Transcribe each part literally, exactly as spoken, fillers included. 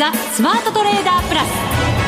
ザ・スマートトレーダープラス。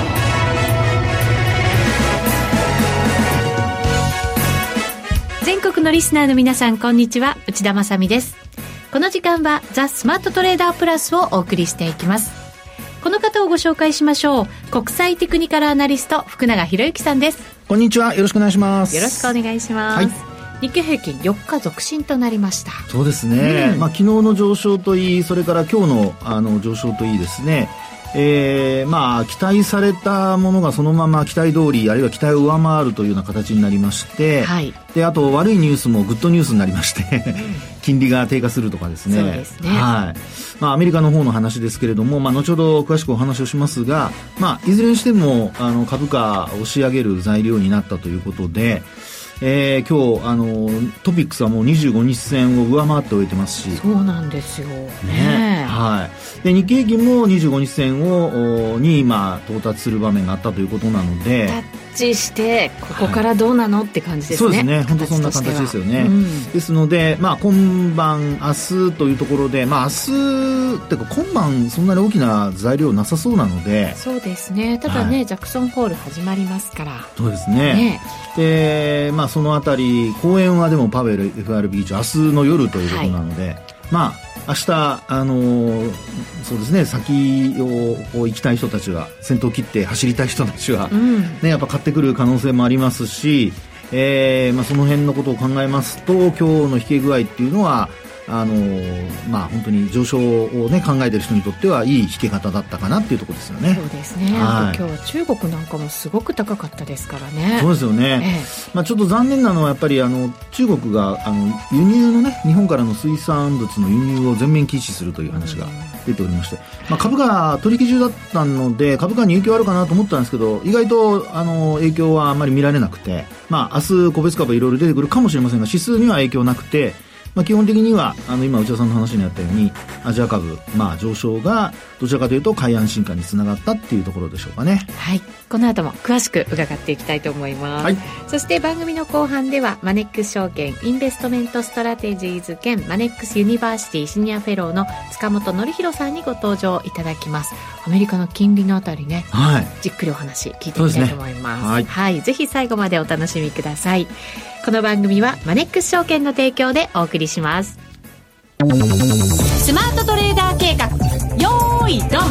全国のリスナーの皆さん、こんにちは、内田まさみです。この時間はザ・スマートトレーダープラスをお送りしていきます。この方をご紹介しましょう。国際テクニカルアナリスト、福永博之さんです。 こんにちは、よろしくお願いします。 よろしくお願いします、はい。日経平均よっか続伸となりました。 そうですね、うん、まあ、昨日の上昇といい、それから今日の、あの上昇といいですね、えー、まあ期待されたものがそのまま期待通り、あるいは期待を上回るというような形になりまして、はい、であと悪いニュースもグッドニュースになりまして金利が低下するとかですね。 そうですね、 はい、まあ、アメリカの方の話ですけれども、まあ、後ほど詳しくお話をしますが、まあ、いずれにしてもあの株価を押し上げる材料になったということで、えー、今日あのトピックスはもうにじゅうごにち線を上回って終えてますし。 そうなんですよ、ねね、はい、で日経平均もにじゅうごにち線をに今到達する場面があったということなので、 タッチしてここからどうなの、はい、って感じですね。 そうですね、本当そんな形ですよね、うん、ですので、まあ、今晩明日というところで、まあ、明日ってか今晩そんなに大きな材料なさそうなので。 そうですね、ただね、はい、ジャクソンホール始まりますから。 そうですね、ね、で、まあ、そのあたり講演はでもパウエル エフアールビー 議長明日の夜ということなので、はい、まあ明日、あのー、そうですね、先を行きたい人たちは、先頭を切って走りたい人たちは、うんね、やっぱ買ってくる可能性もありますし、えーまあ、その辺のことを考えますと、今日の引け具合っていうのは、あのーまあ、本当に上昇を、ね、考えている人にとってはいい引け方だったかなっていうところですよね。 そうですね、はい、今日は中国なんかもすごく高かったですからね。 そうですよね、ええ、まあ、ちょっと残念なのはやっぱりあの中国があの輸入のね、日本からの水産物の輸入を全面禁止するという話が出ておりまして、まあ、株価取引中だったので株価に影響あるかなと思ったんですけど、意外とあの影響はあんまり見られなくて、まあ、明日個別株いろいろ出てくるかもしれませんが、指数には影響なくて、まあ、基本的にはあの今内田さんの話にあったようにアジア株、まあ、上昇がどちらかというと買い安心感につながったっていうところでしょうかね。 はい、この後も詳しく伺っていきたいと思います、はい、そして番組の後半ではマネックス証券インベストメントストラテジーズ兼マネックスユニバーシティシニアフェローの塚本典弘さんにご登場いただきます。アメリカの金利のあたりね、はい、じっくりお話聞いてみたいと思います。はい、はい、ぜひ最後までお楽しみください。この番組はマネックス証券の提供でお送りします。スマートトレーダー計画、よーいドン。さ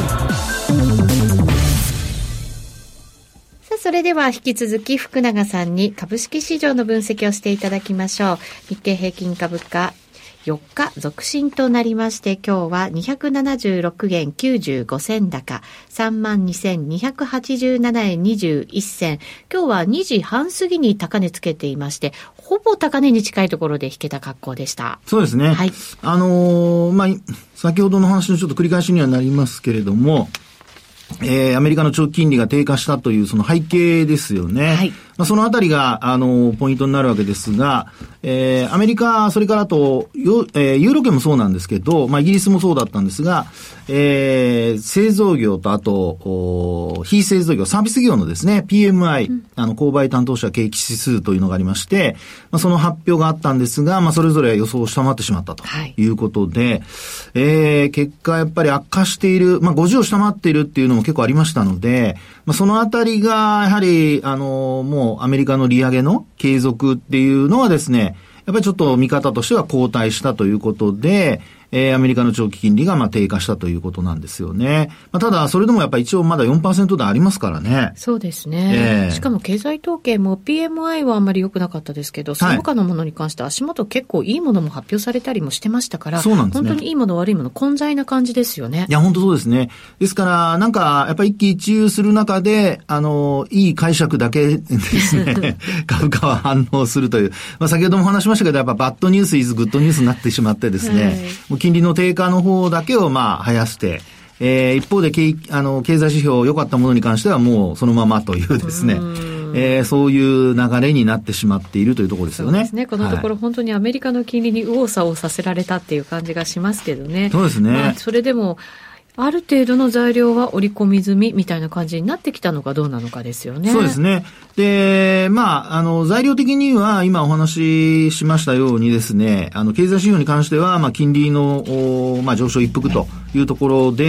あ、それでは引き続き福永さんに株式市場の分析をしていただきましょう。日経平均株価よっか続伸となりまして、今日はにひゃくななじゅうろくえんきゅうじゅうご銭高 さんまんにせんにひゃくはちじゅうななえんにじゅういっ銭。今日はにじはん過ぎに高値つけていまして、ほぼ高値に近いところで引けた格好でした。 そうですね、はい、あのー、まあ先ほどの話のちょっと繰り返しにはなりますけれども、えー、アメリカの長期金利が低下したというその背景ですよね。はい、まあ、そのあたりが、あの、ポイントになるわけですが、えー、アメリカ、それからあと、よえー、ユーロ圏もそうなんですけど、まあ、イギリスもそうだったんですが、えー、製造業とあと、非製造業、サービス業のですね、ピーエムアイ、うん、あの、購買担当者景気指数というのがありまして、まあ、その発表があったんですが、まあ、それぞれ予想を下回ってしまったということで、はい、えー、結果やっぱり悪化している、まあ、ごじゅうを下回っているっていうのも結構ありましたので、まあ、そのあたりが、やはり、あの、もうアメリカの利上げの継続っていうのはですね、やっぱりちょっと見方としては後退したということで、えー、アメリカの長期金利がまあ低下したということなんですよね。まあ、ただそれでもやっぱり一応まだ よんパーセント 台ありますからね。 そうですね、えー、しかも経済統計も ピーエムアイ はあんまり良くなかったですけど、その他のものに関して足元結構いいものも発表されたりもしてましたから、そうなんですね、本当にいいもの悪いもの混在な感じですよね。 いや本当そうですね。ですからなんかやっぱり一喜一憂する中であのいい解釈だけですね株価は反応するという、まあ、先ほども話しましたけどやっぱバッドニュースイズグッドニュースになってしまってですね、はい、もう金利の低下の方だけをまあ生やして、えー、一方で経、あの経済指標良かったものに関してはもうそのままというですね、えー、そういう流れになってしまっているというところですよね。 そうですね。このところ、はい、本当にアメリカの金利に右往左往させられたっていう感じがしますけどね。 そうですね。 まあ、それでもある程度の材料は織り込み済みみたいな感じになってきたのかどうなのかですよね。 そうですね。で、まあ、あの、材料的には今お話ししましたようにですね、あの、経済指標に関しては、まあ、金利の、まあ、上昇一服というところで、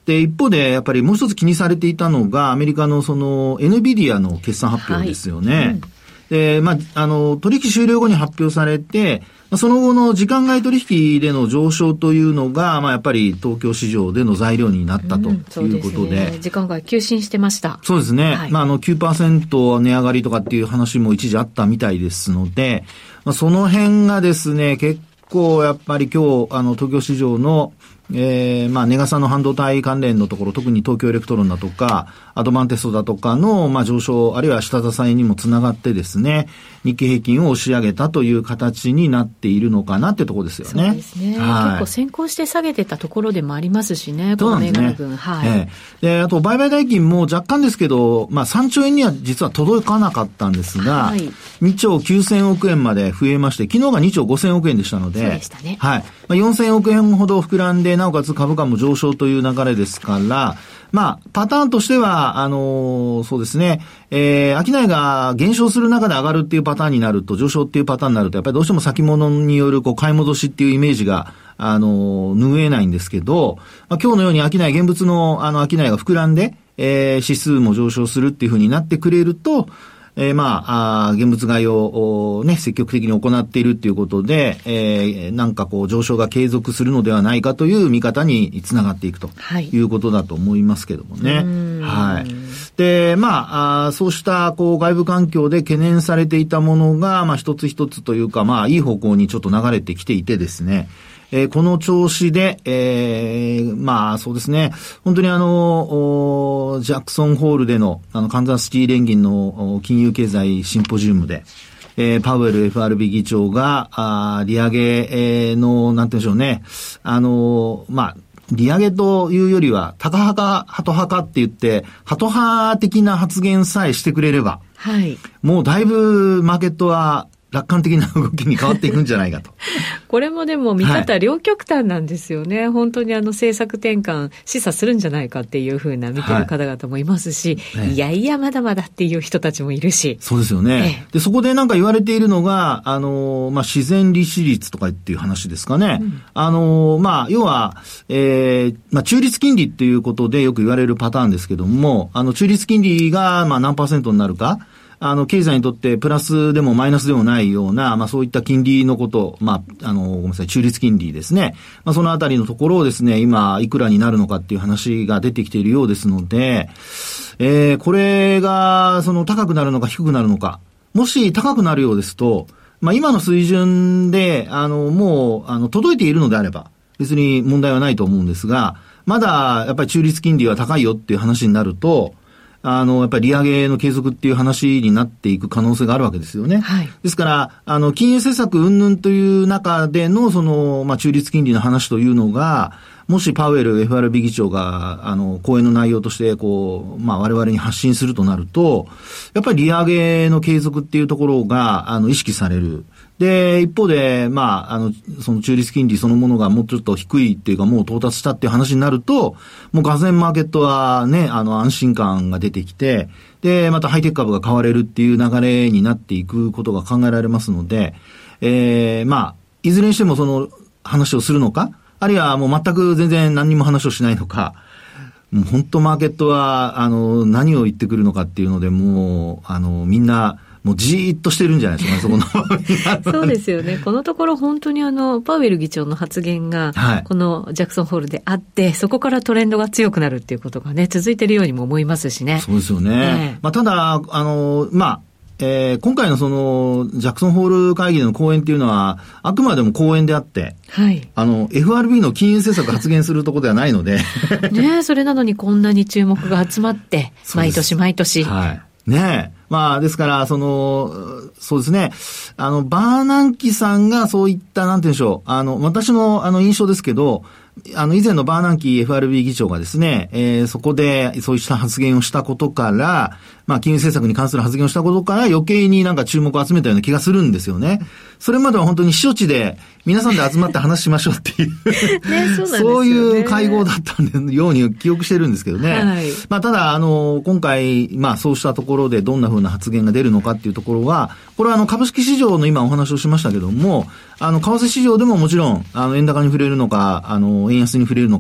で、一方で、やっぱりもう一つ気にされていたのが、アメリカのその、エヌビディアの決算発表ですよね。はい、うん、で、まあ、あの、取引終了後に発表されて、その後の時間外取引での上昇というのが、まあ、やっぱり東京市場での材料になったということで。うん、そうですね。時間外急進してました。 そうですね。はい、まあ、あの、きゅうパーセント 値上がりとかっていう話も一時あったみたいですので、まあ、その辺がですね、結構やっぱり今日、あの、東京市場のえー、まあ、ネガサの半導体関連のところ、特に東京エレクトロンだとか、アドバンテストだとかの、まあ、上昇、あるいは下支えにもつながってですね、日経平均を押し上げたという形になっているのかなってところですよね。 そうですね。はい、結構先行して下げてたところでもありますしね、この銘柄群。はい。えー、で、あと、売買代金も若干ですけど、まあ、さんちょうえんには実は届かなかったんですが、はい、にちょうきゅうせんおくえんまで増えまして、昨日がにちょうごせんおくえんでしたので、 そうでしたね。 はい。まあ、よんせんおくえんほど膨らんで、なおかつ株価も上昇という流れですから、まあ、パターンとしては、あのー、そうですね、えー、商いが減少する中で上がるっていうパターンになると、上昇っていうパターンになると、やっぱりどうしても先物による、こう、買い戻しっていうイメージが、あのー、拭えないんですけど、まあ、今日のように商い、現物の、あの、商いが膨らんで、えー、指数も上昇するっていうふうになってくれると、えー、まあ、あ現物買いをね、積極的に行っているということで、えー、なんかこう上昇が継続するのではないかという見方につながっていくということだと思いますけどもね。はい。で、まあ、あそうしたこう外部環境で懸念されていたものが、まあ一つ一つというか、まあいい方向にちょっと流れてきていてですね、えー、この調子で、えー、まあそうですね、本当にあの、ジャクソンホールでの、あの、カンザスシティ連銀の金融経済シンポジウムで、えー、パウエル エフアールビー 議長が、あ利上げの、なんて言うんでしょうね、あの、まあ、利上げというよりは、タカ派か、ハト派かって言って、ハト派的な発言さえしてくれれば、 はい。 もうだいぶマーケットは、楽観的な動きに変わっていくんじゃないかと。 これもでも見方両極端なんですよね。はい、本当にあの政策転換示唆するんじゃないかっていうふうな見てる方々もいますし、はい、いやいやまだまだっていう人たちもいるし。 そうですよね。ええ、で、そこでなんか言われているのが、あの、まあ、自然利子率とかっていう話ですかね。うん、あの、まあ、要は、えー、まあ、中立金利っていうことでよく言われるパターンですけども、あの、中立金利が、まあ、何パーセントになるか。あの、経済にとってプラスでもマイナスでもないような、まあそういった金利のこと、まあ、あの、ごめんなさい、中立金利ですね。まあそのあたりのところをですね、今、いくらになるのかっていう話が出てきているようですので、えー、これが、その高くなるのか低くなるのか。もし高くなるようですと、まあ今の水準で、あの、もう、あの、届いているのであれば、別に問題はないと思うんですが、まだ、やっぱり中立金利は高いよっていう話になると、あの、やっぱり利上げの継続っていう話になっていく可能性があるわけですよね。 はい。 ですから、あの、金融政策云々という中での、その、まあ、中立金利の話というのが、もしパウエル エフアールビー 議長が、あの、講演の内容として、こう、まあ、我々に発信するとなると、やっぱり利上げの継続っていうところが、あの、意識される。で、一方で、まあ、あの、その中立金利そのものがもうちょっと低いっていうか、もう到達したっていう話になると、もう俄然マーケットはね、あの、安心感が出てきて、で、またハイテク株が買われるっていう流れになっていくことが考えられますので、えー、まあ、いずれにしてもその話をするのか、あるいはもう全く全然何にも話をしないのか、もう本当マーケットは、あの、何を言ってくるのかっていうので、もう、あの、みんな、もうじーっとしてるんじゃないですかね、そこの。 そうですよね。このところ本当にあの、パウエル議長の発言が、このジャクソンホールであって、はい、そこからトレンドが強くなるっていうことがね、続いているようにも思いますしね。 そうですよね。えー、まあ、ただ、あの、まあ、えー、今回のその、ジャクソンホール会議での講演っていうのは、あくまでも講演であって、 はい。 あの、エフアールビー の金融政策発言するところではないので。 ねえ、それなのにこんなに注目が集まって、毎年毎年。 はい。ねえ。まあ、ですから、その、そうですね。あの、バーナンキさんがそういった、なんて言うんでしょう。あの、私の、あの、印象ですけど、あの、以前のバーナンキ エフアールビー 議長がですね、えー、そこでそういった発言をしたことから、まあ、金融政策に関する発言をしたことから余計になんか注目を集めたような気がするんですよね。それまでは本当に避暑地で皆さんで集まって話しましょうっていうね、そうなんですよね。 そういう会合だったように記憶してるんですけどね。 はい、 まあ、ただ、あの、今回、まあ、そうしたところでどんな風な発言が出るのかっていうところは、これはあの、株式市場の今お話をしましたけども、あの、為替市場でももちろん、あの、円高に触れるのか、あの、円安に触れるのか、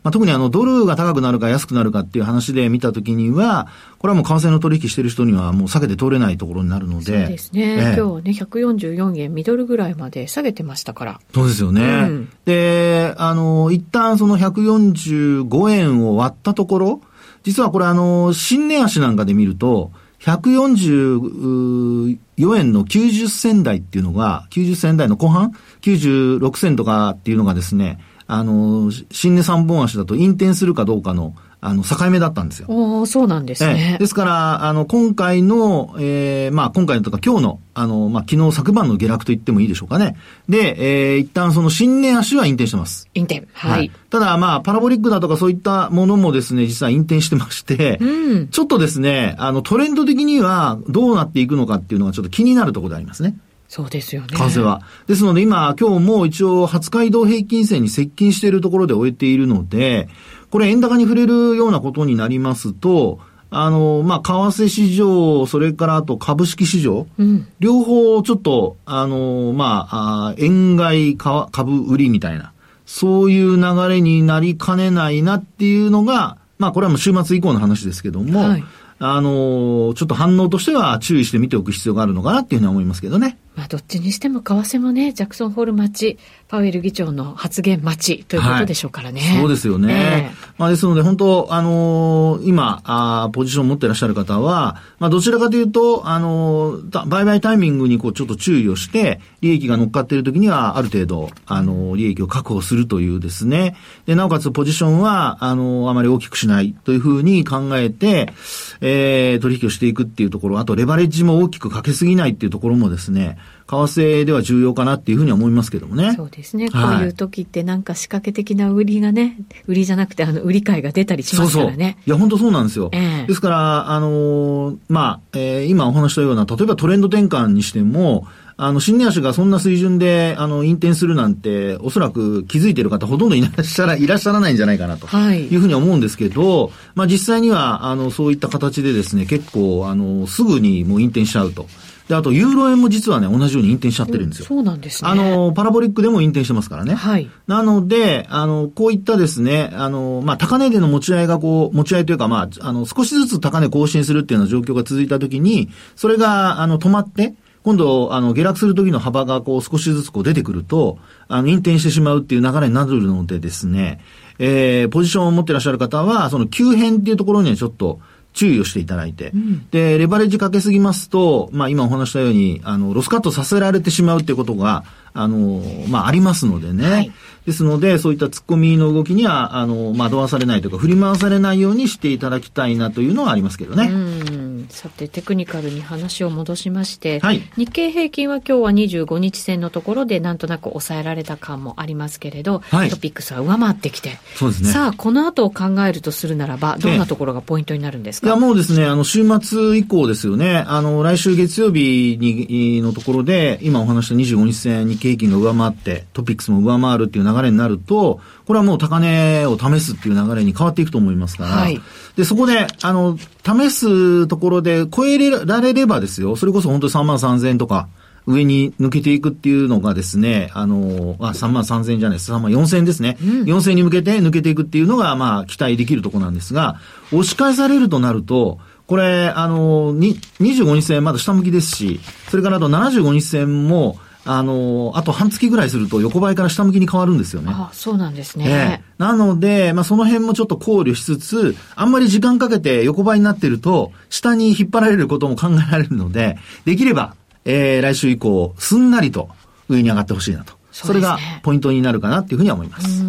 まあ、特にあの、ドルが高くなるか安くなるかっていう話で見たときには、これはもう為替の取引してる人にはもう避けて通れないところになるので。そうですね。ええ、今日はね、ひゃくよんじゅうよんえんミドルぐらいまで下げてましたから。 そうですよね。うん、で、あの、一旦そのひゃくよんじゅうごえんを割ったところ、実はこれあの、新値足なんかで見ると、ひゃくよんじゅうよえんのきゅうじゅっせん台っていうのが、きゅうじゅっせん台の後半 ?きゅうじゅうろくせんとかっていうのがですね、あの、新値三本足だと引転するかどうかの、あの、境目だったんですよ。 おー、そうなんですね。 えですから、あの、今回の、えー、まあ、今回のとか今日の、あの、まあ、昨日昨晩の下落と言ってもいいでしょうかね。で、えー、一旦その新値足は引転してます。 引転。はい。はい、 ただ、まあ、パラボリックだとかそういったものもですね、実は引転してまして、うん、ちょっとですね、あの、トレンド的にはどうなっていくのかっていうのがちょっと気になるところでありますね。 そうですよね。 為替は。ですので今、今日も一応はつか移動平均線に接近しているところで終えているので、これ円高に触れるようなことになりますと、あの、まあ、為替市場、それからあと株式市場、うん、両方ちょっと、あの、まあ、あ円買い株売りみたいな、そういう流れになりかねないなっていうのが、まあ、これはもう週末以降の話ですけども、はい、あの、ちょっと反応としては注意して見ておく必要があるのかなっていうふうに思いますけどね。 まあ、どっちにしても為替もね、ジャクソンホール待ち、パウエル議長の発言待ちということでしょうからね。 はい、そうですよね。えー、まあ、ですので本当、あのー、今あ、ポジションを持っていらっしゃる方は、まあ、どちらかというと、あのー、売買タイミングにこうちょっと注意をして、利益が乗っかっているときには、ある程度、あのー、利益を確保するというですね。で、なおかつポジションは、あのー、あまり大きくしないというふうに考えて、えー、取引をしていくっていうところ、あとレバレッジも大きくかけすぎないっていうところもですね、為替では重要かなっていうふうには思いますけどもね。 そうですね。こういう時ってなんか仕掛け的な売りがね、売りじゃなくてあの売り買いが出たりしますからね。そうそう。 いや本当そうなんですよ。えー、ですからあのー、まあ、えー、今お話したような例えばトレンド転換にしても。あの、新値足がそんな水準で、あの、引転するなんて、おそらく気づいている方ほとんどいらっしゃら、いらっしゃらないんじゃないかなというふうに思うんですけど、はい、まあ実際には、あの、そういった形でですね、結構、あの、すぐにもう引転しちゃうと。で、あと、ユーロ円も実はね、同じように引転しちゃってるんですよ。 うん、そうなんですね。 あの、パラボリックでも引転してますからね。 はい。 なので、あの、こういったですね、あの、まあ、高値での持ち合いがこう、持ち合いというか、まあ、あの、少しずつ高値更新するっていうような状況が続いたときに、それが、あの、止まって、今度、あの、下落する時の幅がこう少しずつこう出てくると、あの、引転してしまうっていう流れになるのでですね、えー、ポジションを持っていらっしゃる方は、その急変っていうところにはちょっと注意をしていただいて、うん、で、レバレッジかけすぎますと、まあ今お話したように、あの、ロスカットさせられてしまうっていうことが、あの、まあありますのでね。はい、ですので、そういった突っ込みの動きには、あの、惑わされないというか、振り回されないようにしていただきたいなというのはありますけどね。 うんさて、テクニカルに話を戻しまして、 はい、 日経平均は今日はにじゅうごにち線のところでなんとなく抑えられた感もありますけれど、はい、トピックスは上回ってきて、 そうですね、 さあ、この後を考えるとするならば、どんなところがポイントになるんですか？ いや、もうですね、あの、週末以降ですよね、あの、来週月曜日に、のところで、今お話したにじゅうごにち線、日経平均が上回って、トピックスも上回るっていう流れになると、これはもう高値を試すっていう流れに変わっていくと思いますから、はい、で、そこで、あの、試すところで超えられればですよ、それこそ本当にさんまんさんぜんえんとか、上に抜けていくっていうのがですね、あの、あ、さんまんさんぜんえんじゃないです。さんまんよんせんえんですね。うん、よんせんえんに向けて抜けていくっていうのが、まあ、期待できるところなんですが、押し返されるとなると、これ、あの、にじゅうごにち線まだ下向きですし、それからあとななじゅうごにち線も、あの、あと半月ぐらいすると横ばいから下向きに変わるんですよね。 ああ、そうなんですね。 えー、なので、まあ、その辺もちょっと考慮しつつ、あんまり時間かけて横ばいになってると、下に引っ張られることも考えられるので、できれば、えー、来週以降、すんなりと上に上がってほしいなと。それがポイントになるかなっていうふうには思います。 うん。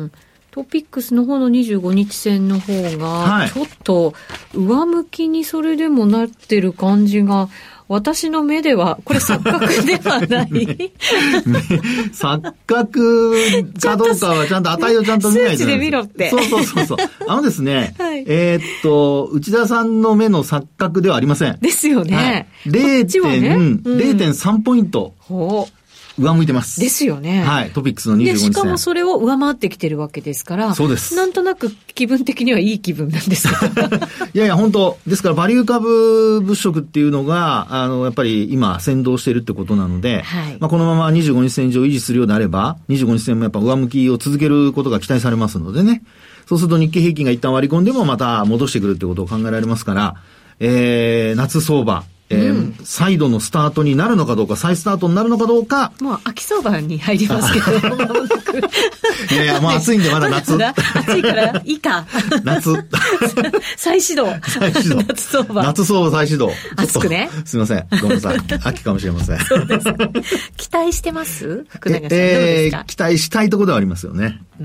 トピックスの方のにじゅうごにち線の方が、ちょっと上向きにそれでもなってる感じが、私の目では、これ錯覚ではない錯覚かどうかはちゃんと値をちゃんと見ないと。 数値で見ろって。 そうそうそうそう。あのですね、はい、えー、っと、内田さんの目の錯覚ではありません。 ですよね。 はい、れいてんさん ポイント。 ほう。上向いてます。 ですよね。 はい。トピックスのにじゅうごにち線。 で、しかもそれを上回ってきてるわけですから。 そうです。 なんとなく気分的にはいい気分なんですけど。 いやいや、本当ですから、バリュー株物色っていうのが、あの、やっぱり今、先導しているってことなので、はい。まあ、このままにじゅうごにち線上維持するようであれば、にじゅうごにち線もやっぱ上向きを続けることが期待されますのでね。 そうすると日経平均が一旦割り込んでもまた戻してくるってことを考えられますから、えー、夏相場、えーうん、再度のスタートになるのかどうか、再スタートになるのかどうか。 もう秋相場に入りますけど、 いやいや、もう暑いんでまだ夏。 暑いからいいか。 夏。 再始動。 再始動。 夏相場。 夏相場再始動。 暑くね。 すいません。ごめんなさい。秋かもしれません。 そうですね。期待してます福永さん、 えー、 どうですか？ 期待したいところではありますよね。 うん。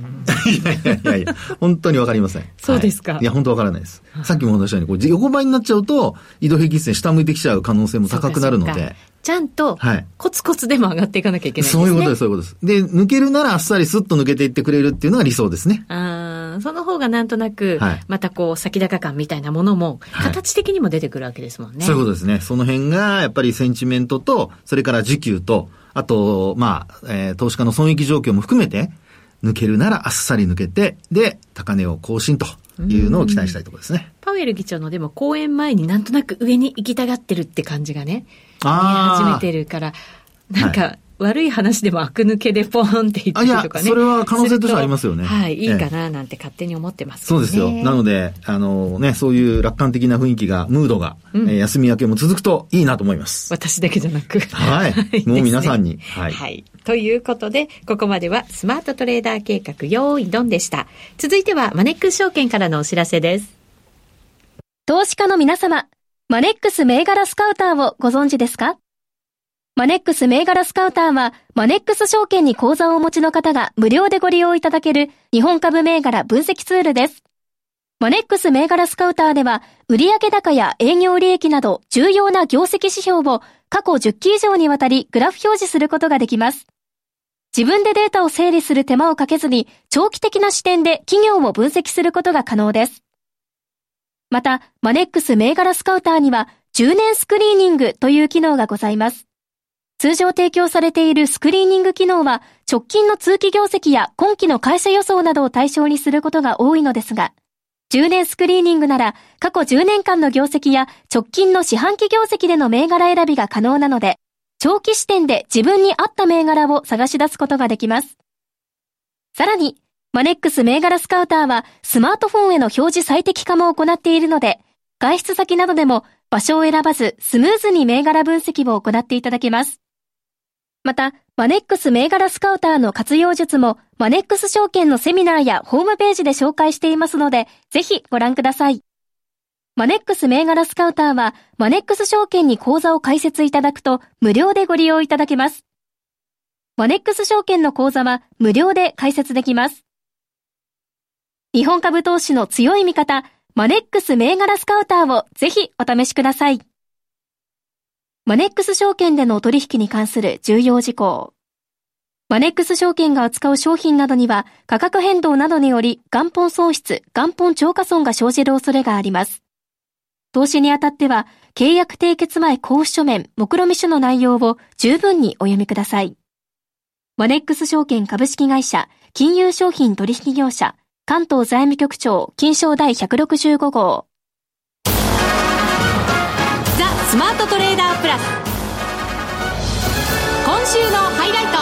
いやいやいやいや、本当にわかりません。 そうですか。 はい、いや、本当わからないです。さっきもお話したように、こう横ばいになっちゃうと、移動平均線下向いてきちゃう可能性も高くなるので。 ちゃんと、コツコツでも上がっていかなきゃいけないですね。 そういうことです、そういうことです。で、抜けるならあっさりスッと抜けていってくれるっていうのが理想ですね。 ああ、その方がなんとなく、はい、またこう、先高感みたいなものも、形的にも出てくるわけですもんね。はい、 そういうことですね。その辺が、やっぱりセンチメントと、それから需給と、あと、まあ、えー、投資家の損益状況も含めて、抜けるならあっさり抜けて、で、高値を更新というのを期待したいところですね。 パウエル議長のでも講演前になんとなく上に行きたがってるって感じがね、 あ見え始めてるから、なんか、はい悪い話でも悪抜けでポーンって言ってるとかね。 いや、それは可能性としてはありますよね。 はい、いいかななんて勝手に思ってます、ね。 そうですよ。なので、あのね、そういう楽観的な雰囲気が、ムードが、うん、えー、休み明けも続くといいなと思います。 私だけじゃなく。 はい。もう皆さんに、ね。 はい。はい。ということで、ここまではスマートトレーダー計画用意ドンでした。続いてはマネックス証券からのお知らせです。 投資家の皆様、マネックス銘柄スカウターをご存知ですか？マネックス銘柄スカウターは、マネックス証券に口座をお持ちの方が無料でご利用いただける日本株銘柄分析ツールです。マネックス銘柄スカウターでは、売上高や営業利益など重要な業績指標を過去じゅっき以上にわたりグラフ表示することができます。自分でデータを整理する手間をかけずに、長期的な視点で企業を分析することが可能です。また、マネックス銘柄スカウターには、じゅうねんスクリーニングという機能がございます。通常提供されているスクリーニング機能は直近の通期業績や今期の会社予想などを対象にすることが多いのですが、じゅうねんスクリーニングなら過去じゅうねんかんの業績や直近の四半期業績での銘柄選びが可能なので、長期視点で自分に合った銘柄を探し出すことができます。さらに、マネックス銘柄スカウターはスマートフォンへの表示最適化も行っているので、外出先などでも場所を選ばずスムーズに銘柄分析を行っていただけます。また、マネックス銘柄スカウターの活用術も、マネックス証券のセミナーやホームページで紹介していますので、ぜひご覧ください。マネックス銘柄スカウターは、マネックス証券に口座を開設いただくと、無料でご利用いただけます。マネックス証券の口座は、無料で開設できます。日本株投資の強い味方、マネックス銘柄スカウターをぜひお試しください。マネックス証券での取引に関する重要事項。マネックス証券が扱う商品などには価格変動などにより元本損失、元本超過損が生じる恐れがあります。投資にあたっては契約締結前交付書面、目論見書の内容を十分にお読みください。マネックス証券株式会社、金融商品取引業者、関東財務局長、金商第ひゃくろくじゅうご号。 スマートトレーダープラス、今週のハイライト。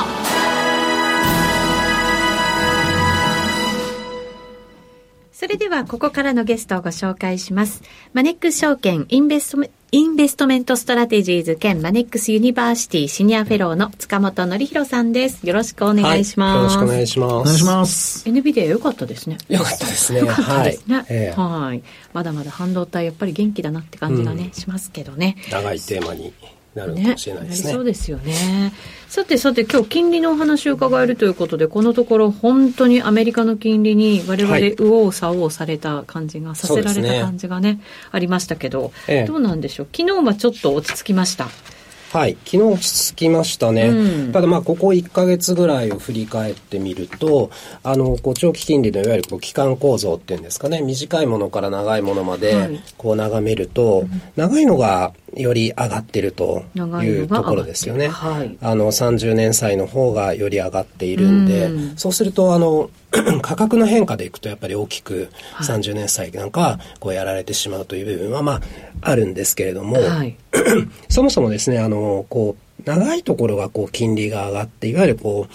それではここからのゲストをご紹介します。マネックス証券インベストメインベストメントストラテジーズ兼マネックスユニバーシティシニアフェローの塚本則弘さんです。よろしくお願いします。 はい、よろしくお願いします。 お願いします。 エヌビディア 良かったですね。 良かったですね。 良かったですね。はい。 えー、 はい。まだまだ半導体やっぱり元気だなって感じがね、うん、しますけどね。 長いテーマになるかもしれないですね。 そうですよね。さてさて今日金利のお話を伺えるということで、このところ本当にアメリカの金利に我々右往左往された感じが、はい、させられた感じが ね, ねありましたけど、ええ、どうなんでしょう。昨日はちょっと落ち着きました。 はい、昨日落ち着きましたね、うん、ただまあここいっかげつぐらいを振り返ってみると、あのこう長期金利のいわゆるこう期間構造っていうんですかね、短いものから長いものまでこう眺めると、はい、長いのがより上がってるというところですよね、はい、あのさんじゅうねん債の方がより上がっているんで、うん、そうするとあの価格の変化でいくとやっぱり大きくさんじゅうねん債なんかはこうやられてしまうという部分はまああるんですけれども、はい、そもそもですね、あのこう長いところがこう金利が上がって、いわゆるこう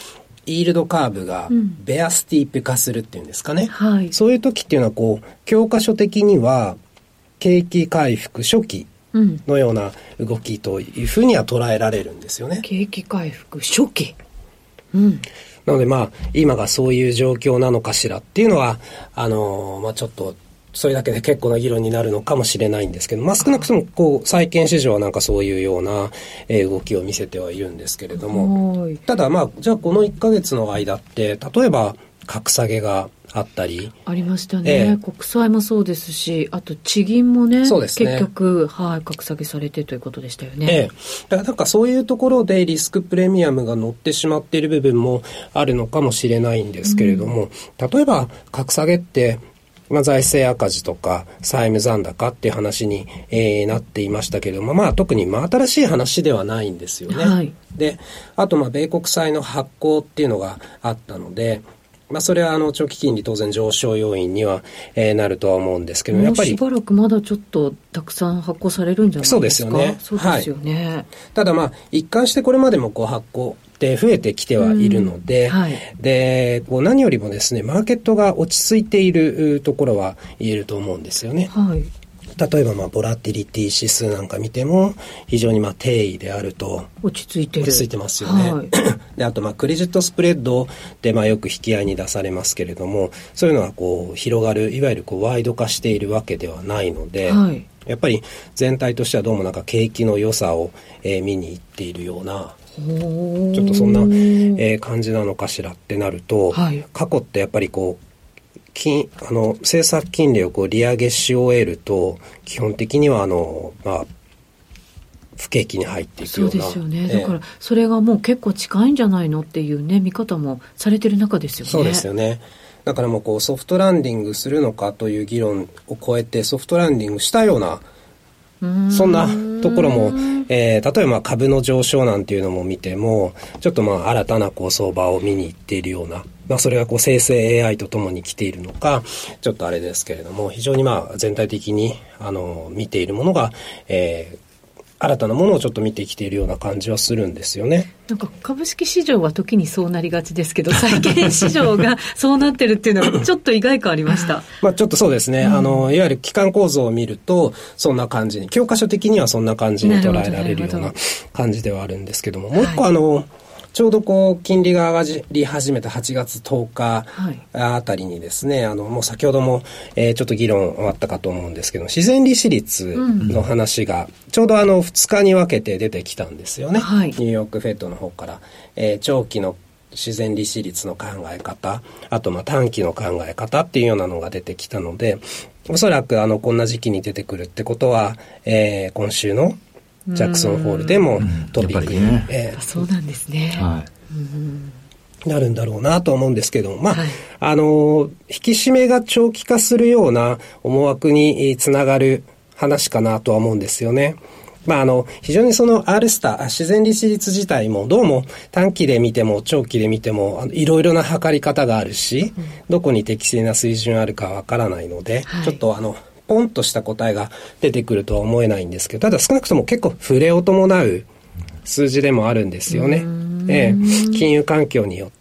イールドカーブがベアスティープ化するっていうんですかね、 うんはい、 そういう時っていうのはこう教科書的には景気回復初期のような動きというふうには捉えられるんですよね。 景気回復初期、うん、 なのでまあ今がそういう状況なのかしらっていうのはあのー、まあちょっとそれだけで結構な議論になるのかもしれないんですけど、まあ少なくともこう債券市場はなんかそういうような動きを見せてはいるんですけれども、ただまあじゃあこのいっかげつの間って例えば格下げがあったりありましたね、えー、国債もそうですし、あと地銀も ね, そうですね結局、はい、格下げされてということでしたよね、 えー、だからなんかそういうところでリスクプレミアムが乗ってしまっている部分もあるのかもしれないんですけれども、うん、例えば格下げってまあ、財政赤字とか債務残高っていう話に、えー、なっていましたけれども、まあ、特に真新しい話ではないんですよね、はい、であとまあ米国債の発行っていうのがあったので、まあ、それはあの長期金利当然上昇要因には、えー、なるとは思うんですけど、やっぱりしばらくまだちょっとたくさん発行されるんじゃないですか。 そうですよね。 そうですよね、はい、 ただまあ一貫してこれまでもこう発行で増えてきてはいるので、はい、でこう何よりもですねマーケットが落ち着いているところは言えると思うんですよね、はい、例えばまあボラティリティ指数なんか見ても非常にまあ低位であると落ち着いてる落ち着いてますよね、はい、であとまあクレジットスプレッドでまあよく引き合いに出されますけれども、そういうのはこう広がるいわゆるこうワイド化しているわけではないので、はい、やっぱり全体としてはどうもなんか景気の良さを、えー、見に行っているようなちょっとそんな、えー、感じなのかしらってなると、はい、過去ってやっぱりこう金あの政策金利をこう利上げし終えると基本的にはあの、まあ、不景気に入っていくような。 そうですよね、えー、だからそれがもう結構近いんじゃないのっていうね見方もされてる中ですよね。 そうですよね。だからもうこうソフトランディングするのかという議論を超えてソフトランディングしたようなそんなところも、えー、例えば株の上昇なんていうのも見てもちょっとまあ新たなこう相場を見に行っているような、まあ、それがこう生成 エーアイ とともに来ているのかちょっとあれですけれども、非常にまあ全体的にあの見ているものが、えー新たなものをちょっと見てきているような感じはするんですよね。 なんか株式市場は時にそうなりがちですけど債券市場がそうなってるっていうのはちょっと意外感ありましたまあちょっとそうですね、うん、あのいわゆる機関構造を見るとそんな感じに教科書的にはそんあ感じに捉えられるような感じではあるんですけども、もう一個あの、はい、ちょうどこう金利が上がり始めたはちがつとおかあたりにですね、はい、あのもう先ほども、えー、ちょっと議論あったかと思うんですけど、自然利子率の話がちょうどあのふつかに分けて出てきたんですよね、はい、ニューヨークフェッドの方から、えー、長期の自然利子率の考え方、あとまあ短期の考え方っていうようなのが出てきたので、おそらくあのこんな時期に出てくるってことは、えー、今週のジャクソンホールでもトピックに、 ねえー、そうなんですね、はい、 うんなるんだろうなと思うんですけど、まあ、はい、あの引き締めが長期化するような思惑につながる話かなとは思うんですよね。まあ、あの非常にその R スター自然利子率自体もどうも短期で見ても長期で見てもあのいろいろな測り方があるし、うん、どこに適正な水準あるかわからないので、はい、ちょっとあのポンとした答えが出てくるとは思えないんですけど、ただ少なくとも結構触れを伴う数字でもあるんですよね。えー、金融環境によって、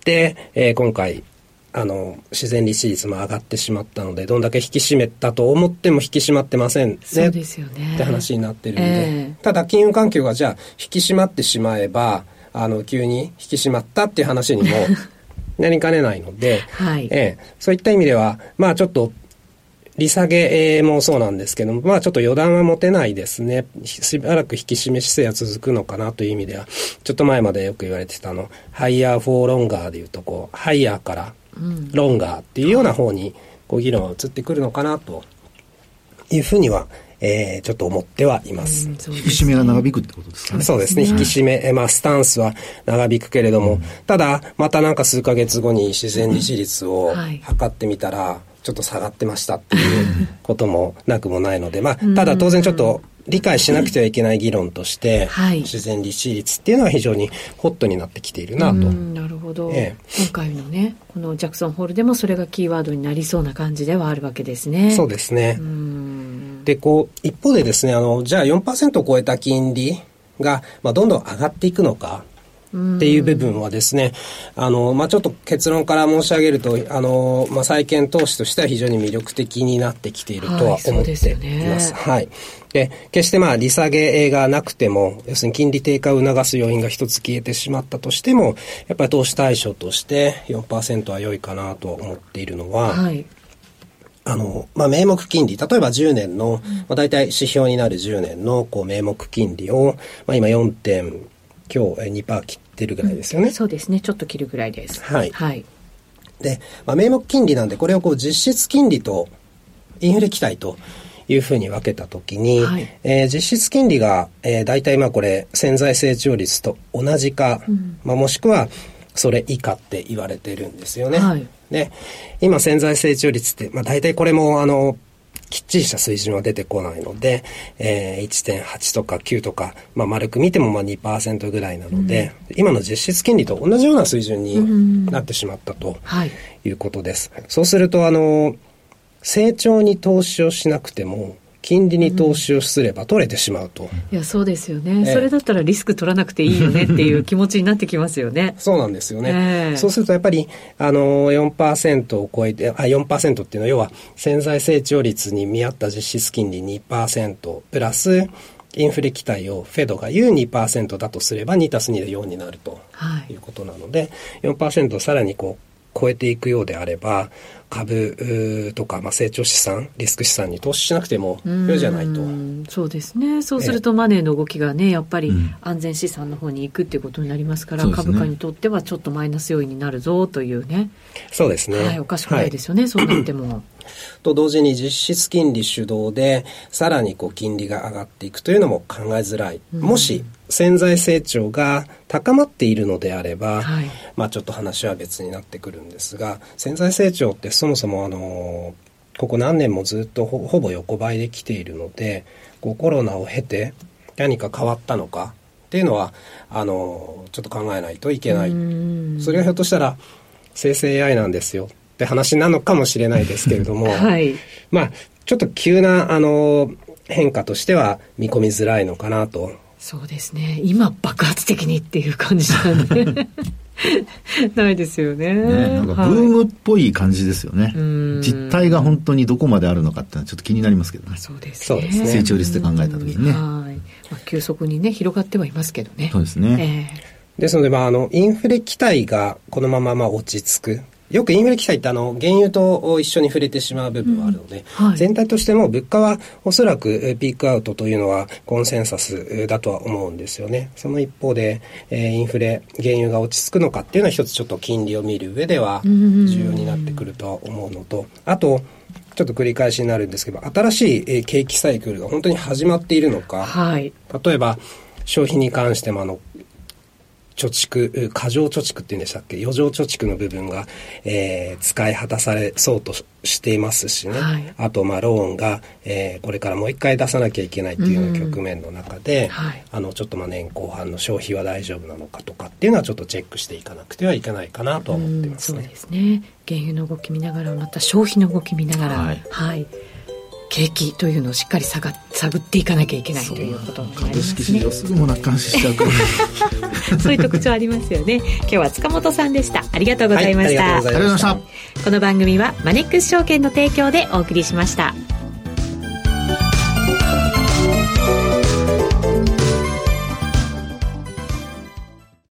えー、今回あの自然利子率も上がってしまったので、どんだけ引き締めたと思っても引き締まってませんね。 そうですよねって話になってるんで、えー、ただ金融環境がじゃあ引き締まってしまえばあの急に引き締まったっていう話にもなりかねないので、はいえー、そういった意味ではまあちょっと利下げもそうなんですけども、まあちょっと予断は持てないですね。しばらく引き締め姿勢は続くのかなという意味では、ちょっと前までよく言われてたのハイヤーフォーロンガーでいうとこうハイヤーからロンガーっていうような方にこう議論は移ってくるのかなというふうには、えー、ちょっと思ってはいます。 うん、そうですね、引き締めが長引くってことですかね。 そうですね。引き締め、まあスタンスは長引くけれども、うん、ただまたなんか数ヶ月後に自然利子率を測ってみたら、はい、ちょっと下がってましたっていうこともなくもないので、まあただ当然ちょっと理解しなくてはいけない議論として、はい、自然利子率っていうのは非常にホットになってきているなと。 うんなるほど、ええ、今回のねこのジャクソンホールでもそれがキーワードになりそうな感じではあるわけですね。 そうですね。うんでこう一方でですね、あのじゃあ よんパーセント を超えた金利が、まあ、どんどん上がっていくのかっていう部分はですね、あの、まあ、ちょっと結論から申し上げると、あの、まあ、債券投資としては非常に魅力的になってきているとは思っています。はい、そうですよね。はい。で、決してまあ、利下げがなくても、要するに金利低下を促す要因が一つ消えてしまったとしても、やっぱり投資対象として よんパーセント は良いかなと思っているのは、はい。あの、まあ、名目金利、例えばじゅうねんの、まあ、大体指標になるじゅうねんの、こう、名目金利を、まあ、今 よん. 点、今日 にパーセント 切ってるぐらいですよね、うん。 そうですね。ちょっと切るぐらいです。 はい。 はい。 で、まあ、名目金利なんで、これをこう、実質金利とインフレ期待というふうに分けたときに、はい、えー、実質金利が、えー、大体まあこれ、潜在成長率と同じか、うん、まあ、もしくは、それ以下って言われてるんですよね。はい。で、今潜在成長率って、まあ大体これもあの、きっちりした水準は出てこないので、えー、いってんはち とかきゅうとか、まあ丸く見てもまあ にパーセント ぐらいなので、うん、今の実質金利と同じような水準になってしまったということです。はい、そうするとあの、成長に投資をしなくても、金利に投資をすれば取れてしまうと、うん、 いやそうですよね、えー、それだったらリスク取らなくていいよねっていう気持ちになってきますよねそうなんですよね、えー、そうするとやっぱりあの よんパーセント を超えてあ よんパーセント っていうのは要は潜在成長率に見合った実質金利 にパーセント プラスインフレ期待をフェドが言う にパーセント だとすれば にたすに でよんになるということなので、はい、よんパーセント をさらにこう超えていくようであれば株とか、まあ、成長資産リスク資産に投資しなくても良いじゃないと。 そうですね。そうするとマネーの動きがねやっぱり安全資産の方に行くっていうことになりますから、うん、株価にとってはちょっとマイナス要因になるぞというね。 そうですね、 はい、おかしくないですよね、はい、そうなってもと同時に実質金利主導でさらにこう金利が上がっていくというのも考えづらい、うん、もし潜在成長が高まっているのであれば、はい、まあちょっと話は別になってくるんですが潜在成長ってそもそもあのここ何年もずっと ほ, ほぼ横ばいで来ているのでこうコロナを経て何か変わったのかっていうのはあのちょっと考えないといけない。それがひょっとしたら生成 エーアイ なんですよって話なのかもしれないですけれども、はい、まあちょっと急なあの変化としては見込みづらいのかなと。 そうですね。今爆発的にっていう感じなんでないですよ ね, ねなんかブームっぽい感じですよね、はい、実態が本当にどこまであるのかってのはちょっと気になりますけどね。 そうですね。 成長率で考えた時にね、はい、 まあ、急速にね広がってはいますけどね。 そうですね、 えー、ですので、まあ、あのインフレ期待がこのまままあ落ち着く。よくインフレ期待ってあの原油と一緒に触れてしまう部分はあるので、うんはい、全体としても物価はおそらくピークアウトというのはコンセンサスだとは思うんですよね。その一方で、えー、インフレ原油が落ち着くのかっていうのは一つちょっと金利を見る上では重要になってくるとは思うのと、あとちょっと繰り返しになるんですけど新しい景気サイクルが本当に始まっているのか、はい、例えば消費に関してもあの貯蓄、過剰貯蓄っていうんでしたっけ、余剰貯蓄の部分が、えー、使い果たされそうとしていますしね、はい、あとまあローンが、えー、これからもう一回出さなきゃいけないっていうような局面の中で、うんはい、あのちょっとまあ年後半の消費は大丈夫なのかとかっていうのはちょっとチェックしていかなくてはいけないかなと思ってますね。 うん、そうですね。原油の動き見ながらまた消費の動き見ながら、はいはい景気というのをしっかり探っていかなきゃいけないということになりますね。株式市場すぐも楽観視しちゃうからそういう特徴ありますよね。今日は塚本さんでした。ありがとうございました。 はい、ありがとうございました。 この番組はマネックス証券の提供でお送りしました。